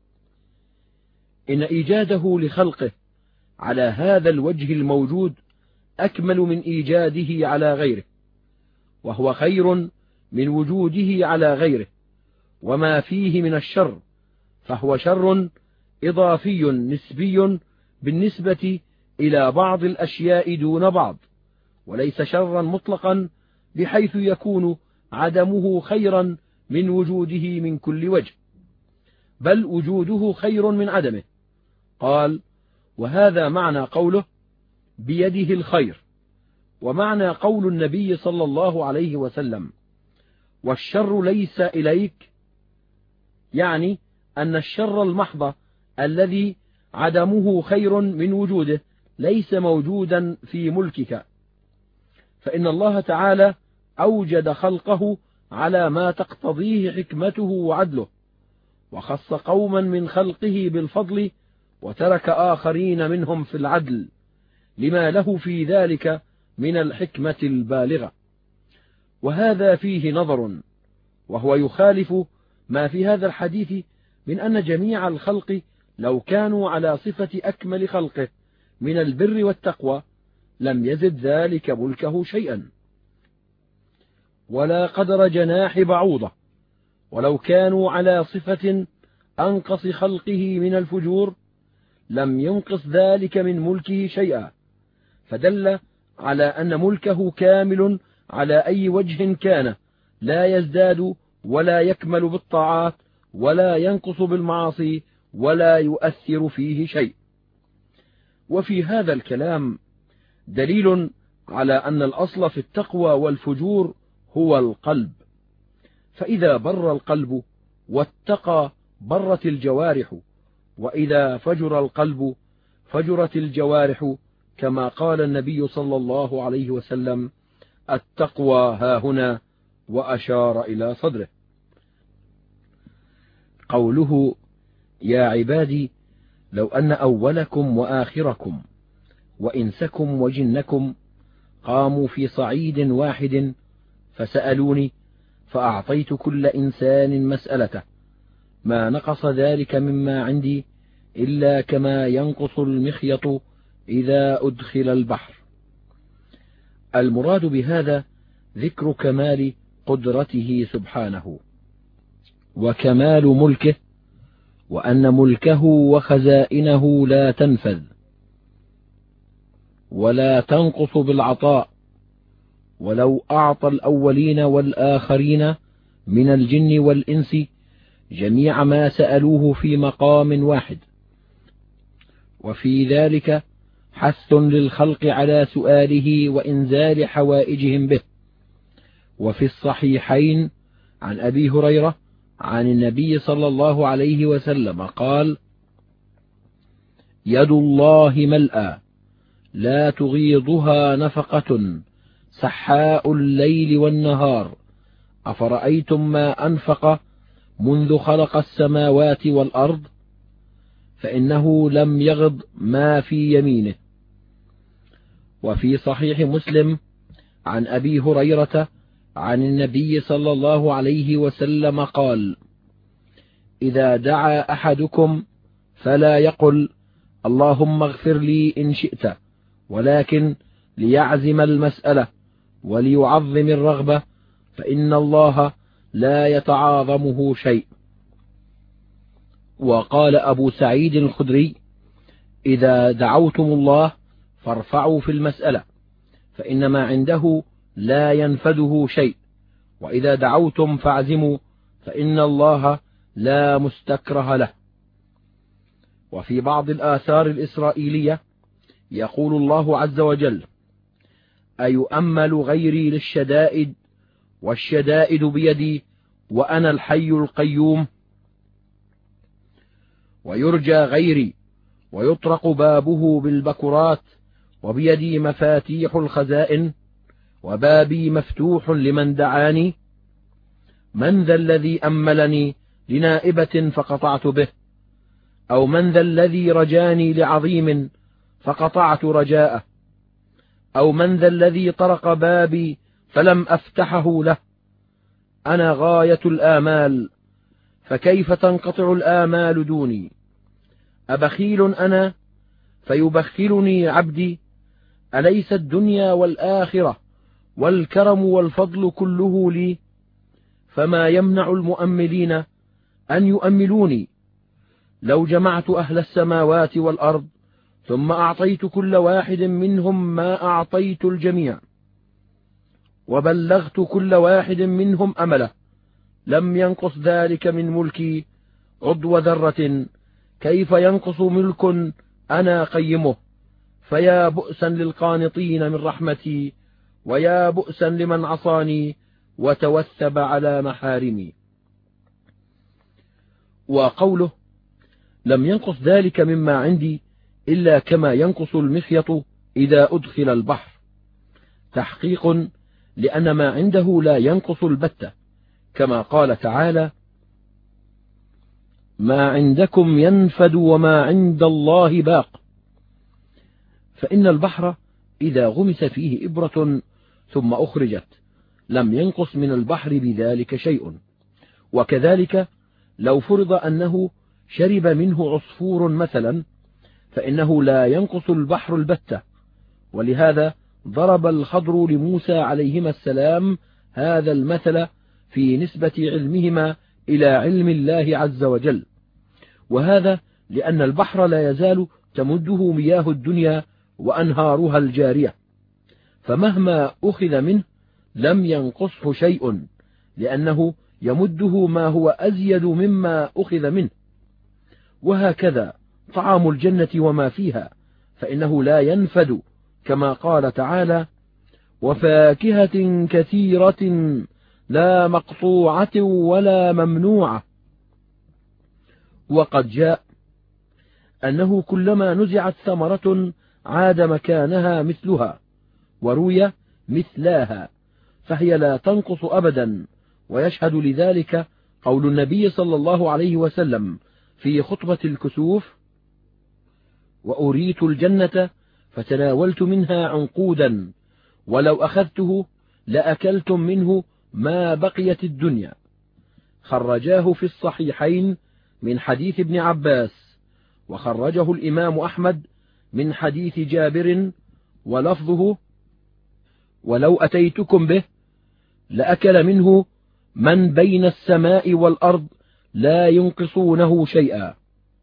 إن إيجاده لخلقه على هذا الوجه الموجود أكمل من إيجاده على غيره، وهو خير من وجوده على غيره، وما فيه من الشر فهو شر إضافي نسبي بالنسبة إلى بعض الأشياء دون بعض، وليس شرا مطلقا بحيث يكون عدمه خيرا من وجوده من كل وجه، بل وجوده خير من عدمه. قال: وهذا معنى قوله بيده الخير. ومعنى قول النبي صلى الله عليه وسلم: والشر ليس إليك، يعني أن الشر المحض الذي عدمه خير من وجوده ليس موجودا في ملكك، فإن الله تعالى أوجد خلقه على ما تقتضيه حكمته وعدله، وخص قوما من خلقه بالفضل وترك آخرين منهم في العدل، لما له في ذلك من الحكمة البالغة. وهذا فيه نظر، وهو يخالف ما في هذا الحديث من أن جميع الخلق لو كانوا على صفة أكمل خلقه من البر والتقوى لم يزد ذلك ملكه شيئا، ولا قدر جناح بعوضة، ولو كانوا على صفة أنقص خلقه من الفجور لم ينقص ذلك من ملكه شيئا، فدل على أن ملكه كامل على أي وجه كان، لا يزداد ولا يكمل بالطاعات ولا ينقص بالمعاصي ولا يؤثر فيه شيء. وفي هذا الكلام دليل على أن الأصل في التقوى والفجور هو القلب، فإذا بر القلب واتقى برت الجوارح، وإذا فجر القلب فجرت الجوارح كما قال النبي صلى الله عليه وسلم: التقوى هاهنا، وأشار إلى صدره. قوله: يا عبادي لو أن أولكم وآخركم وإنسكم وجنكم قاموا في صعيد واحد فسألوني فأعطيت كل إنسان مسألته ما نقص ذلك مما عندي إلا كما ينقص المخيط إذا أدخل البحر. المراد بهذا ذكر كمال قدرته سبحانه وكمال ملكه، وأن ملكه وخزائنه لا تنفذ ولا تنقص بالعطاء، ولو أعطى الأولين والآخرين من الجن والإنس جميع ما سألوه في مقام واحد. وفي ذلك حث للخلق على سؤاله وإنزال حوائجهم به. وفي الصحيحين عن أبي هريرة عن النبي صلى الله عليه وسلم قال: يد الله ملأى لا تغيضها نفقة سحاء الليل والنهار، أفرأيتم ما أنفق منذ خلق السماوات والأرض، فإنه لم يغض ما في يمينه. وفي صحيح مسلم عن أبي هريرة عن النبي صلى الله عليه وسلم قال: إذا دعا أحدكم فلا يقل اللهم اغفر لي إن شئت، ولكن ليعزم المسألة وليعظم الرغبة، فإن الله لا يتعاظمه شيء. وقال أبو سعيد الخدري: إذا دعوتم الله فارفعوا في المسألة، فإن ما عنده لا ينفذه شيء، وإذا دعوتم فاعزموا، فإن الله لا مستكره له. وفي بعض الآثار الإسرائيلية يقول الله عز وجل: أيؤمل غيري للشدائد والشدائد بيدي وأنا الحي القيوم، ويرجى غيري ويطرق بابه بالبكرات، وبيدي مفاتيح الخزائن وبابي مفتوح لمن دعاني. من ذا الذي أملني لنائبة فقطعت به، أو من ذا الذي رجاني لعظيم فقطعت رجاءه، أو من ذا الذي طرق بابي فلم أفتحه له. أنا غاية الآمال، فكيف تنقطع الآمال دوني؟ أبخيل أنا فيبخلني عبدي؟ أليس الدنيا والآخرة والكرم والفضل كله لي؟ فما يمنع المؤملين أن يؤملوني؟ لو جمعت أهل السماوات والأرض ثم أعطيت كل واحد منهم ما أعطيت الجميع، وبلغت كل واحد منهم أمله، لم ينقص ذلك من ملكي عضو ذرة. كيف ينقص ملك أنا قيمه؟ فيا بؤسا للقانطين من رحمتي، ويا بؤسا لمن عصاني وتوثب على محارمي. وقوله: لم ينقص ذلك مما عندي إلا كما ينقص المخيط إذا أدخل البحر، تحقيق لأن ما عنده لا ينقص البتة، كما قال تعالى: ما عندكم ينفد وما عند الله باق. فإن البحر إذا غمس فيه إبرة ثم أخرجت لم ينقص من البحر بذلك شيء. وكذلك لو فرض أنه شرب منه عصفور مثلا، فإنه لا ينقص البحر البتة. ولهذا ضرب الخضر لموسى عليهما السلام هذا المثل في نسبة علمهما إلى علم الله عز وجل، وهذا لأن البحر لا يزال تمده مياه الدنيا وأنهارها الجارية، فمهما أخذ منه لم ينقصه شيء، لأنه يمده ما هو أزيد مما أخذ منه. وهكذا طعام الجنة وما فيها، فإنه لا ينفد، كما قال تعالى: وفاكهة كثيرة لا مقطوعة ولا ممنوعة. وقد جاء أنه كلما نزعت ثمرة عاد مكانها مثلها، وروي مثلاها، فهي لا تنقص أبدا. ويشهد لذلك قول النبي صلى الله عليه وسلم في خطبة الكسوف: وأريت الجنة فتناولت منها عنقودا، ولو أخذته لأكلتم منه ما بقيت الدنيا. خرجاه في الصحيحين من حديث ابن عباس، وخرجه الإمام أحمد من حديث جابر، ولفظه: ولو أتيتكم به لأكل منه من بين السماء والأرض لا ينقصونه شيئا.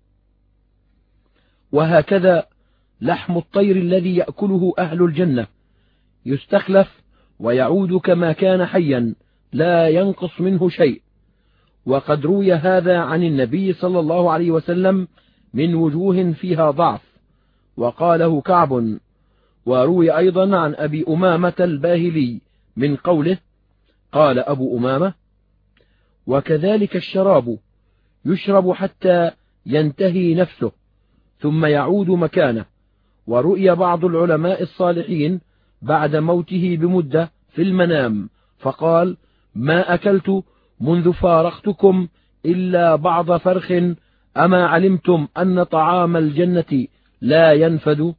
وهكذا لحم الطير الذي يأكله أهل الجنة يستخلف ويعود كما كان حيا لا ينقص منه شيء. وقد روي هذا عن النبي صلى الله عليه وسلم من وجوه فيها ضعف، وقاله كعب. وروي أيضا عن أبي أمامة الباهلي من قوله: قال أبو أمامة: وكذلك الشراب يشرب حتى ينتهي نفسه ثم يعود مكانه. ورؤي بعض العلماء الصالحين بعد موته بمدة في المنام، فقال: ما أكلت منذ فارقتكم إلا بعض فرخ، أما علمتم أن طعام الجنة لا ينفد؟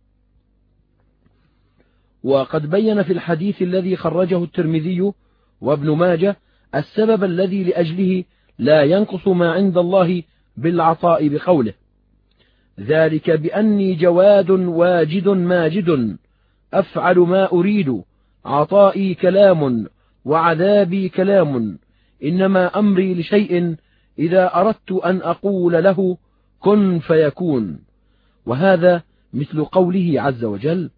وقد بين في الحديث الذي خرجه الترمذي وابن ماجه السبب الذي لأجله لا ينقص ما عند الله بالعطاء بقوله: ذلك بأني جواد واجد ماجد، أفعل ما أريد، عطائي كلام وعذابي كلام، إنما أمري لشيء إذا أردت أن أقول له كن فيكون. وهذا مثل قوله عز وجل: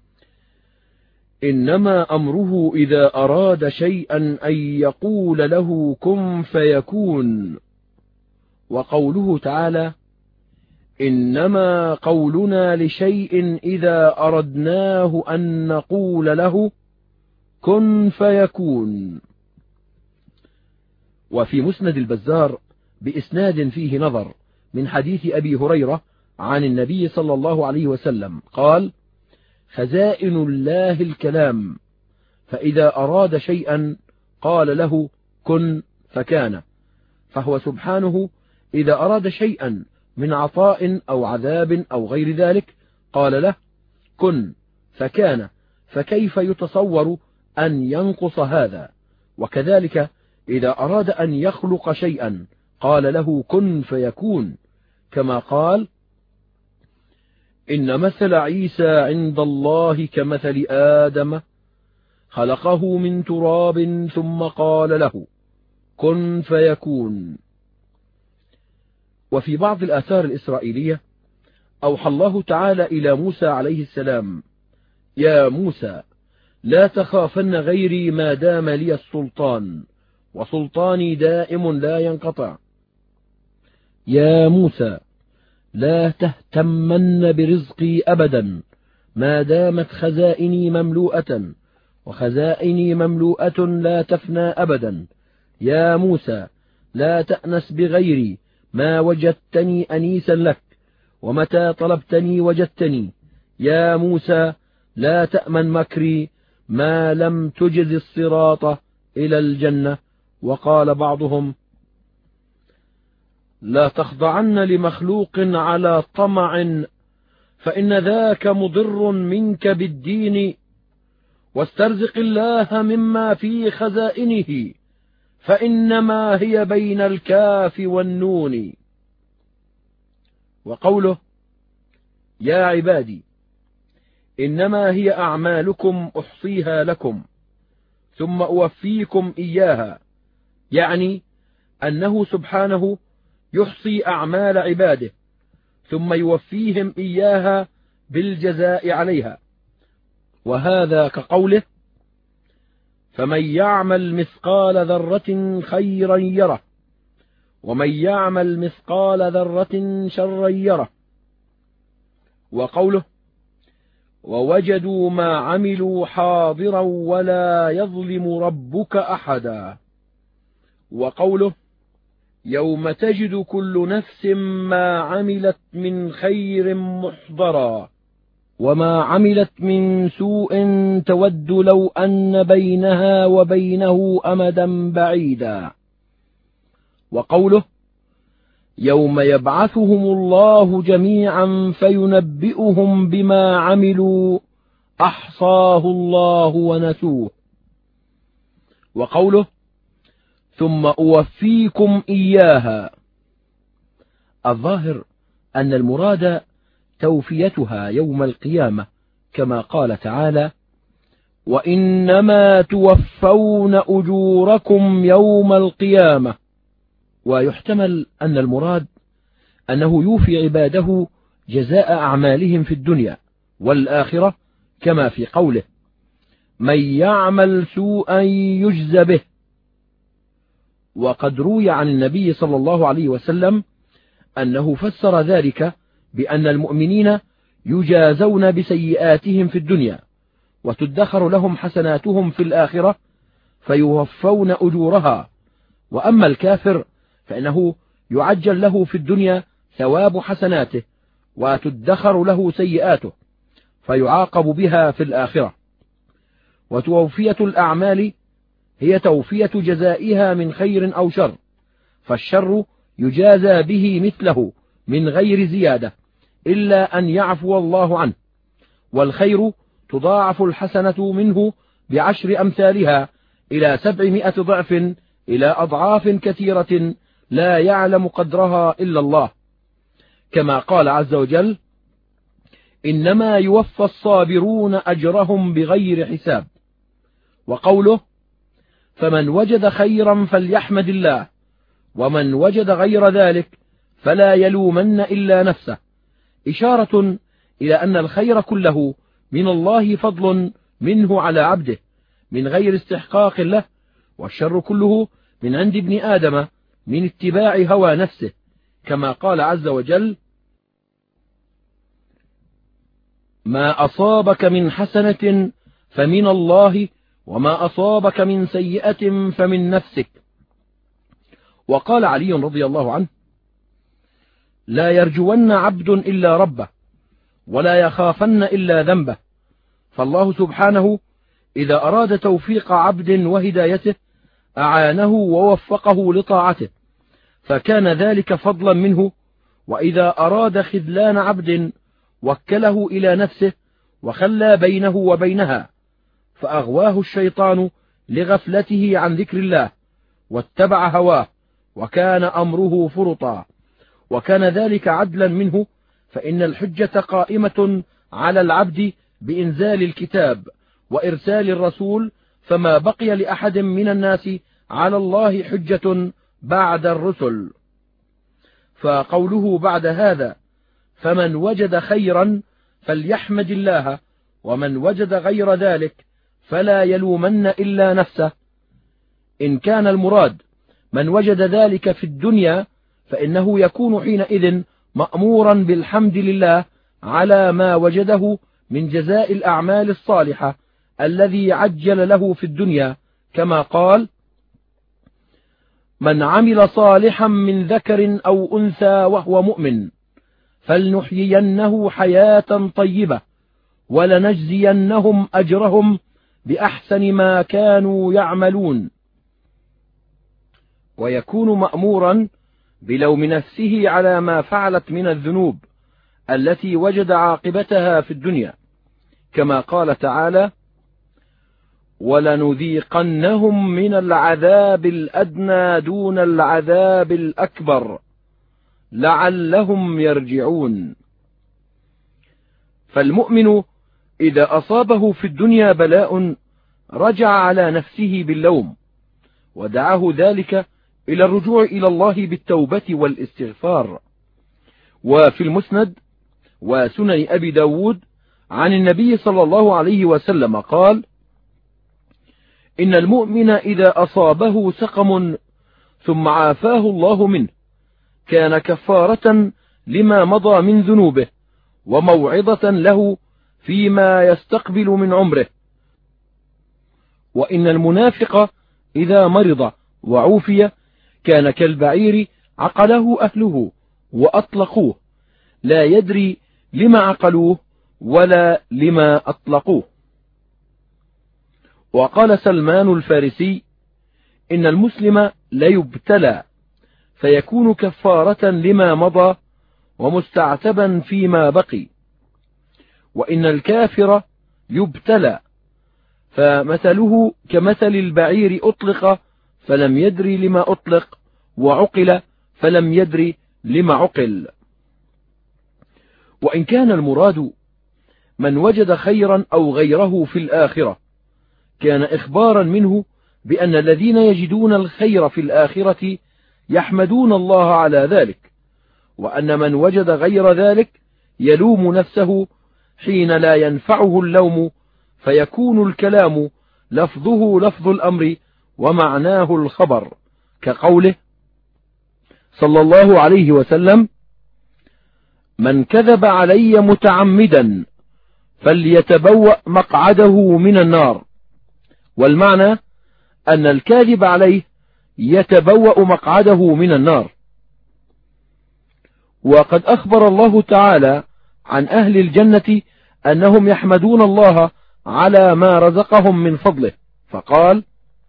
إنما أمره إذا أراد شيئا أن يقول له كن فيكون. وقوله تعالى: إنما قولنا لشيء إذا أردناه أن نقول له كن فيكون. وفي مسند البزار بإسناد فيه نظر من حديث أبي هريرة عن النبي صلى الله عليه وسلم قال: خزائن الله الكلام، فإذا أراد شيئا قال له كن فكان. فهو سبحانه إذا أراد شيئا من عطاء أو عذاب أو غير ذلك قال له كن فكان، فكيف يتصور أن ينقص هذا؟ وكذلك إذا أراد أن يخلق شيئا قال له كن فيكون، كما قال: إن مثل عيسى عند الله كمثل آدم، خلقه من تراب ثم قال له كن فيكون. وفي بعض الآثار الإسرائيلية أوحى الله تعالى إلى موسى عليه السلام: يا موسى لا تخافن غيري ما دام لي السلطان، وسلطاني دائم لا ينقطع. يا موسى لا تهتمن برزقي أبدا ما دامت خزائني مملوءة، وخزائني مملوءة لا تفنى أبدا. يا موسى لا تأنس بغيري ما وجدتني أنيسا لك، ومتى طلبتني وجدتني. يا موسى لا تأمن مكري ما لم تجز الصراط إلى الجنة. وقال بعضهم: لا تخضعن لمخلوق على طمع، فإن ذاك مضر منك بالدين، واسترزق الله مما في خزائنه، فإنما هي بين الكاف والنون. وقوله: يا عبادي إنما هي أعمالكم أحصيها لكم ثم أوفيكم إياها، يعني أنه سبحانه يحصي أعمال عباده ثم يوفيهم إياها بالجزاء عليها. وهذا كقوله: فمن يعمل مثقال ذرة خيرا يره، ومن يعمل مثقال ذرة شرا يره. وقوله: ووجدوا ما عملوا حاضرا ولا يظلم ربك أحدا. وقوله: يوم تجد كل نفس ما عملت من خير محضرا. وما عملت من سوء تود لو أن بينها وبينه أمدا بعيدا. وقوله يوم يبعثهم الله جميعا فينبئهم بما عملوا أحصاه الله ونسوه. وقوله ثم أوفيكم إياها. الظاهر أن المراد توفيتها يوم القيامة، كما قال تعالى وإنما توفون أجوركم يوم القيامة. ويحتمل أن المراد أنه يوفي عباده جزاء أعمالهم في الدنيا والآخرة، كما في قوله من يعمل سوءا يجز به. وقد روي عن النبي صلى الله عليه وسلم أنه فسر ذلك بأن المؤمنين يجازون بسيئاتهم في الدنيا وتدخر لهم حسناتهم في الآخرة فيوفون أجورها، وأما الكافر فإنه يعجل له في الدنيا ثواب حسناته وتدخر له سيئاته فيعاقب بها في الآخرة. وتوفية الأعمال هي توفية جزائها من خير أو شر، فالشر يجازى به مثله من غير زيادة إلا أن يعفو الله عنه، والخير تضاعف الحسنة منه ب10 أمثالها إلى 700 ضعف إلى أضعاف كثيرة لا يعلم قدرها إلا الله، كما قال عز وجل إنما يوفى الصابرون أجرهم بغير حساب. وقوله فمن وجد خيرا فليحمد الله ومن وجد غير ذلك فلا يلومن إلا نفسه، إشارة إلى أن الخير كله من الله فضل منه على عبده من غير استحقاق له، والشر كله من عند ابن آدم من اتباع هوى نفسه، كما قال عز وجل ما أصابك من حسنة فمن الله وما أصابك من سيئة فمن نفسك. وقال علي رضي الله عنه لا يرجون عبد إلا ربه ولا يخافن إلا ذنبه، فالله سبحانه إذا أراد توفيق عبد وهدايته أعانه ووفقه لطاعته فكان ذلك فضلا منه، وإذا أراد خذلان عبد وكله إلى نفسه وخلى بينه وبينها فأغواه الشيطان لغفلته عن ذكر الله واتبع هواه وكان أمره فرطا، وكان ذلك عدلا منه، فإن الحجة قائمة على العبد بإنزال الكتاب وإرسال الرسول، فما بقي لأحد من الناس على الله حجة بعد الرسل. فقوله بعد هذا فمن وجد خيرا فليحمد الله ومن وجد غير ذلك فلا يلومن إلا نفسه، إن كان المراد من وجد ذلك في الدنيا فإنه يكون حينئذ مأمورا بالحمد لله على ما وجده من جزاء الأعمال الصالحة الذي عجل له في الدنيا، كما قال من عمل صالحا من ذكر أو أنثى وهو مؤمن فلنحيينه حياة طيبة ولنجزينهم أجرهم بأحسن ما كانوا يعملون. ويكون مأمورا بلوم نفسه على ما فعلت من الذنوب التي وجد عاقبتها في الدنيا، كما قال تعالى ولنذيقنهم من العذاب الأدنى دون العذاب الأكبر لعلهم يرجعون. فالمؤمن إذا أصابه في الدنيا بلاء رجع على نفسه باللوم ودعاه ذلك إلى الرجوع إلى الله بالتوبة والاستغفار. وفي المسند وسنن أبي داود عن النبي صلى الله عليه وسلم قال إن المؤمن إذا أصابه سقم ثم عافاه الله منه كان كفارة لما مضى من ذنوبه وموعظة له فيما يستقبل من عمره. وإن المنافق إذا مرض وعوفي كان كالبعير عقله أهله وأطلقوه لا يدري لما عقلوه ولا لما أطلقوه. وقال سلمان الفارسي: إن المسلم ليبتلى فيكون كفارة لما مضى ومستعتبا فيما بقي، وإن الكافر يبتلى فمثله كمثل البعير أطلق فلم يدري لما أطلق، وعقل فلم يدري لما عقل. وإن كان المراد من وجد خيرا أو غيره في الآخرة، كان إخبارا منه بأن الذين يجدون الخير في الآخرة يحمدون الله على ذلك، وأن من وجد غير ذلك يلوم نفسه حين لا ينفعه اللوم، فيكون الكلام لفظه لفظ الأمر ومعناه الخبر، كقوله صلى الله عليه وسلم: من كذب علي متعمدا فليتبوأ مقعده من النار. والمعنى أن الكاذب عليه يتبوأ مقعده من النار. وقد أخبر الله تعالى عن أهل الجنة أنهم يحمدون الله على ما رزقهم من فضله، فقال: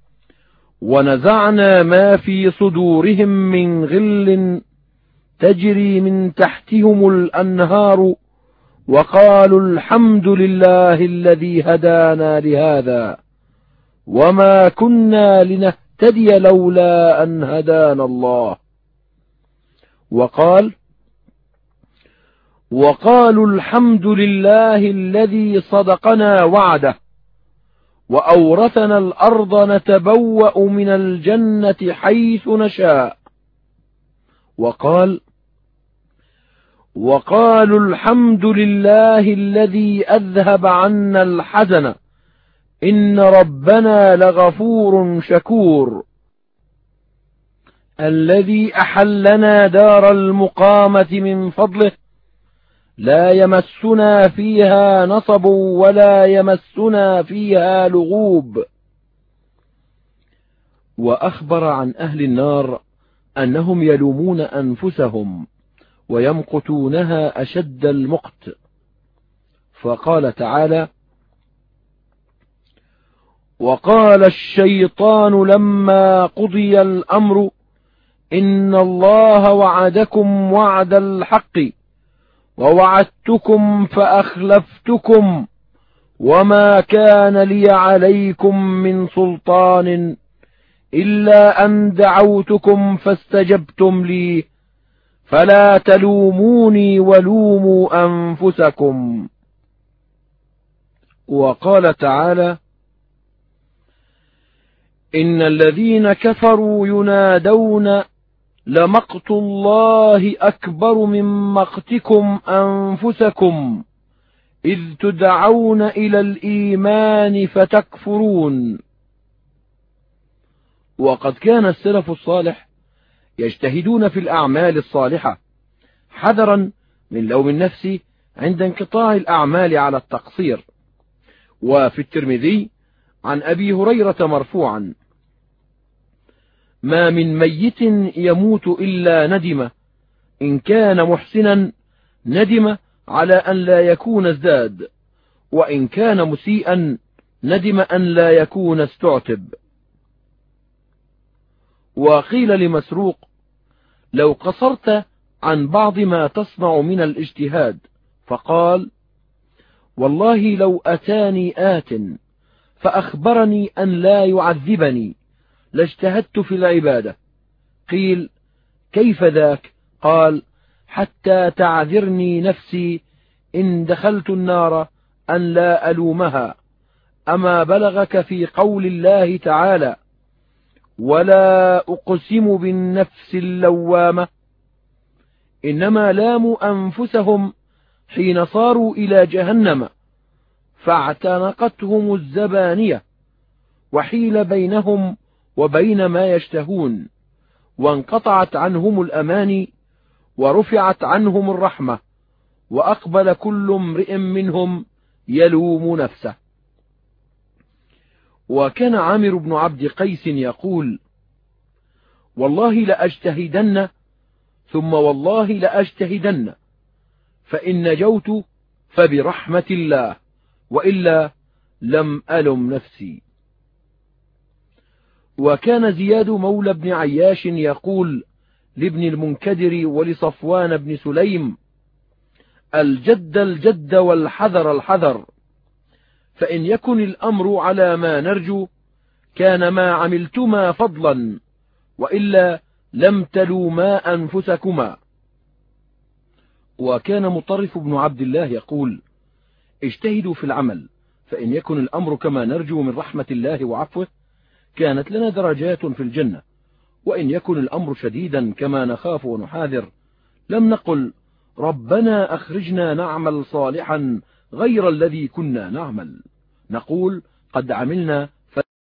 ونزعنا ما في صدورهم من غل تجري من تحتهم الأنهار وقالوا الحمد لله الذي هدانا لهذا وما كنا لنهتدي لولا أن هدانا الله. وقالوا الحمد لله الذي صدقنا وعده وأورثنا الأرض نتبوأ من الجنة حيث نشاء. وقالوا الحمد لله الذي أذهب عنا الحزن إن ربنا لغفور شكور، الذي أحلنا دار المقامة من فضله لا يمسنا فيها نصب ولا يمسنا فيها لغوب. وأخبر عن أهل النار أنهم يلومون أنفسهم ويمقتونها أشد المقت، فقال تعالى: وقال الشيطان لما قضي الأمر إن الله وعدكم وعد الحق ووعدتكم فأخلفتكم وما كان لي عليكم من سلطان إلا أن دعوتكم فاستجبتم لي فلا تلوموني ولوموا أنفسكم. وقال تعالى: إن الذين كفروا ينادون لمقت الله أكبر من مقتكم أنفسكم إذ تدعون إلى الإيمان فتكفرون. وقد كان السلف الصالح يجتهدون في الأعمال الصالحة حذرا من لوم النفس عند انقطاع الأعمال على التقصير. وفي الترمذي عن أبي هريرة مرفوعا: ما من ميت يموت إلا ندم، إن كان محسنا ندم على أن لا يكون ازداد، وإن كان مسيئا ندم أن لا يكون استعتب. وقيل لمسروق: لو قصرت عن بعض ما تصنع من الاجتهاد، فقال: والله لو أتاني آت فأخبرني أن لا يعذبني لاجتهدت في العبادة. قيل: كيف ذاك؟ قال: حتى تعذرني نفسي إن دخلت النار أن لا ألومها. أما بلغك في قول الله تعالى: ولا أقسم بالنفس اللوامة؟ إنما لاموا أنفسهم حين صاروا إلى جهنم فاعتنقتهم الزبانية وحيل بينهم وبين ما يشتهون، وانقطعت عنهم الأماني ورفعت عنهم الرحمة، وأقبل كل امرئ منهم يلوم نفسه. وكان عامر بن عبد قيس يقول: والله لأجتهدن ثم والله لأجتهدن، فإن نجوت فبرحمة الله، وإلا لم ألم نفسي. وكان زياد مولى بن عياش يقول لابن المنكدر ولصفوان بن سليم: الجد الجد والحذر الحذر، فإن يكن الأمر على ما نرجو كان ما عملتما فضلا، وإلا لم تلوما أنفسكما. وكان مطرف بن عبد الله يقول: اجتهدوا في العمل، فإن يكن الأمر كما نرجو من رحمة الله وعفوه كانت لنا درجات في الجنة، وإن يكن الأمر شديدا كما نخاف ونحاذر لم نقل ربنا أخرجنا نعمل صالحا غير الذي كنا نعمل، نقول قد عملنا